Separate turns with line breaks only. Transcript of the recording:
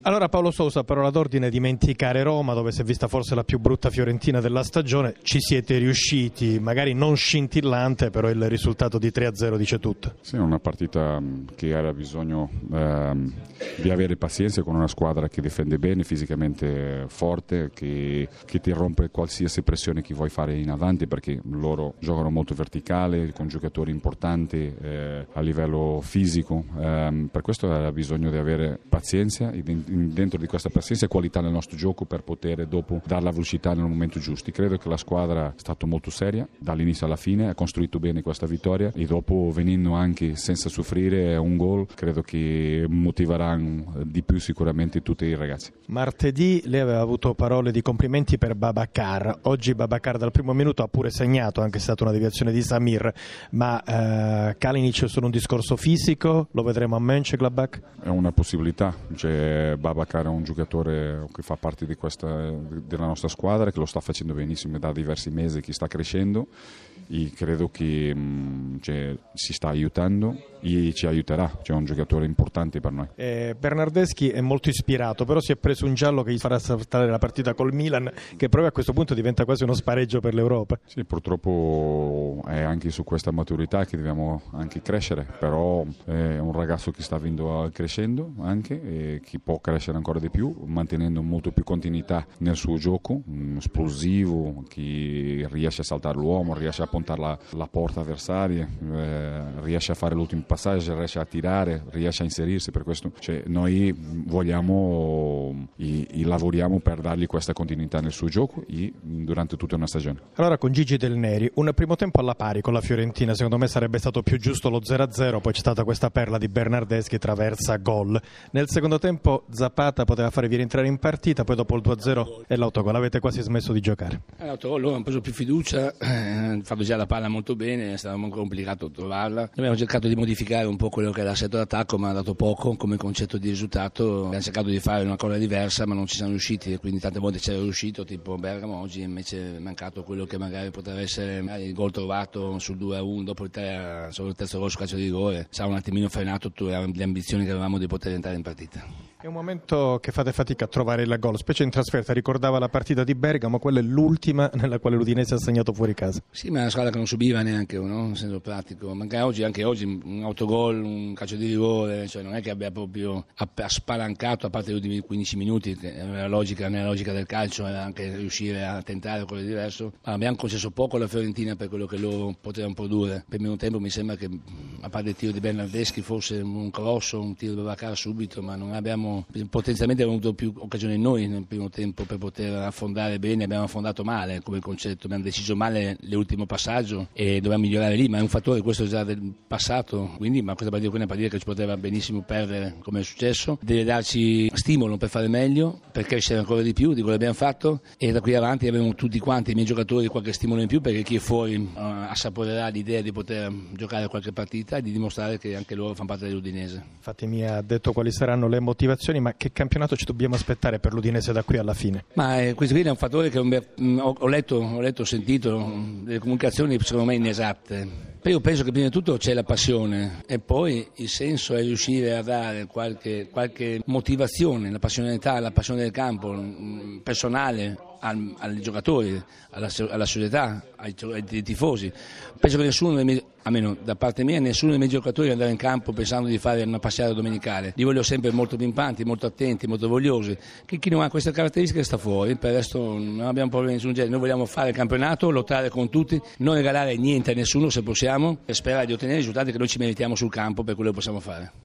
Allora Paolo Sousa, parola d'ordine, dimenticare Roma, dove si è vista forse la più brutta Fiorentina della stagione. Ci siete riusciti, magari non scintillante, però il risultato di 3-0 dice tutto.
Sì, una partita che era bisogno di avere pazienza con una squadra che difende bene, fisicamente forte, che ti rompe qualsiasi pressione che vuoi fare in avanti, perché loro giocano molto verticale, con giocatori importanti a livello fisico. Per questo era bisogno di avere pazienza e dentro di questa pazienza e qualità nel nostro gioco per poter dopo dare la velocità nel momento giusto. Credo che la squadra è stata molto seria dall'inizio alla fine, ha costruito bene questa vittoria e dopo venendo anche senza soffrire un gol credo che motiveranno di più sicuramente tutti i ragazzi.
Martedì lei aveva avuto parole di complimenti per Babacar. Oggi Babacar dal primo minuto ha pure segnato, anche se è stata una deviazione di Samir, ma Kalinic è solo un discorso fisico, lo vedremo a Mönchengladbach?
È una possibilità, Babacar è un giocatore che fa parte della nostra squadra, che lo sta facendo benissimo da diversi mesi, che sta crescendo e credo che si sta aiutando e ci aiuterà, è un giocatore importante per noi.
Bernardeschi è molto ispirato, però si è preso un giallo che gli farà saltare la partita col Milan, che proprio a questo punto diventa quasi uno spareggio per l'Europa.
Sì, purtroppo è anche su questa maturità che dobbiamo anche crescere, però è un ragazzo che sta crescendo anche e che può crescere ancora di più, mantenendo molto più continuità nel suo gioco, esplosivo, che riesce a saltare l'uomo, riesce a puntare la porta avversaria, riesce a fare l'ultimo passaggio, riesce a tirare, riesce a inserirsi. Per questo noi vogliamo e lavoriamo per dargli questa continuità nel suo gioco e durante tutta una stagione.
Allora con Gigi Del Neri, un primo tempo alla pari con la Fiorentina, secondo me sarebbe stato più giusto lo 0-0, poi c'è stata questa perla di Bernardeschi traversa gol. Nel secondo tempo Zapata poteva farvi rientrare in partita, poi dopo il 2-0 e l'autogol avete quasi smesso di giocare.
L'autogol loro hanno preso più fiducia, hanno fatto già la palla molto bene, è stato molto complicato trovarla. Noi abbiamo cercato di modificare un po' quello che è l'assetto d'attacco, ma ha dato poco come concetto di risultato. Abbiamo cercato di fare una cosa diversa, ma non ci siamo riusciti, e quindi tante volte c'era riuscito, tipo Bergamo. Oggi invece è mancato quello che magari poteva essere il gol trovato sul 2-1 dopo il terzo gol su calcio di rigore. Sarà un attimino frenato le ambizioni che avevamo di poter entrare in partita.
È un momento che fate fatica a trovare il gol, specie in trasferta. Ricordava la partita di Bergamo, quella è l'ultima nella quale l'Udinese ha segnato fuori casa.
Sì, ma è una squadra che non subiva neanche, no? In senso pratico. Anche oggi un autogol, un calcio di rigore, cioè non è che abbia proprio spalancato, a parte gli ultimi 15 minuti, che nella logica del calcio era anche riuscire a tentare qualcosa di diverso. Ma abbiamo concesso poco alla Fiorentina per quello che loro potevano produrre. Per il mio tempo mi sembra che, a parte il tiro di Bernardeschi, fosse un cross o un tiro di Babacar subito, ma non abbiamo potenzialmente avuto più occasioni noi nel primo tempo per poter affondare bene. Abbiamo affondato male come concetto, abbiamo deciso male l'ultimo passaggio e dovevamo migliorare lì, ma è un fattore questo già del passato, quindi ma questa partita qui è una partita che ci poteva benissimo perdere come è successo, deve darci stimolo per fare meglio, per crescere ancora di più di quello che abbiamo fatto, e da qui avanti avremo tutti quanti i miei giocatori qualche stimolo in più, perché chi è fuori assaporerà l'idea di poter giocare qualche partita e di dimostrare che anche loro fanno parte dell'Udinese.
Infatti mi ha detto quali saranno le motivazioni, ma che campionato ci dobbiamo aspettare per l'Udinese da qui alla fine?
Ma questo qui è un fattore che ho letto, sentito delle comunicazioni secondo me inesatte. Io penso che prima di tutto c'è la passione e poi il senso è riuscire a dare qualche motivazione, la passionalità, la passione del campo personale ai giocatori, alla società, ai tifosi. Penso che nessuno, almeno da parte mia, nessuno dei miei giocatori andrà in campo pensando di fare una passeggiata domenicale. Li voglio sempre molto pimpanti, molto attenti, molto vogliosi. Chi non ha queste caratteristiche sta fuori, per il resto non abbiamo problemi di nessun genere. Noi vogliamo fare il campionato, lottare con tutti, non regalare niente a nessuno se possiamo, e sperare di ottenere i risultati che noi ci meritiamo sul campo per quello che possiamo fare.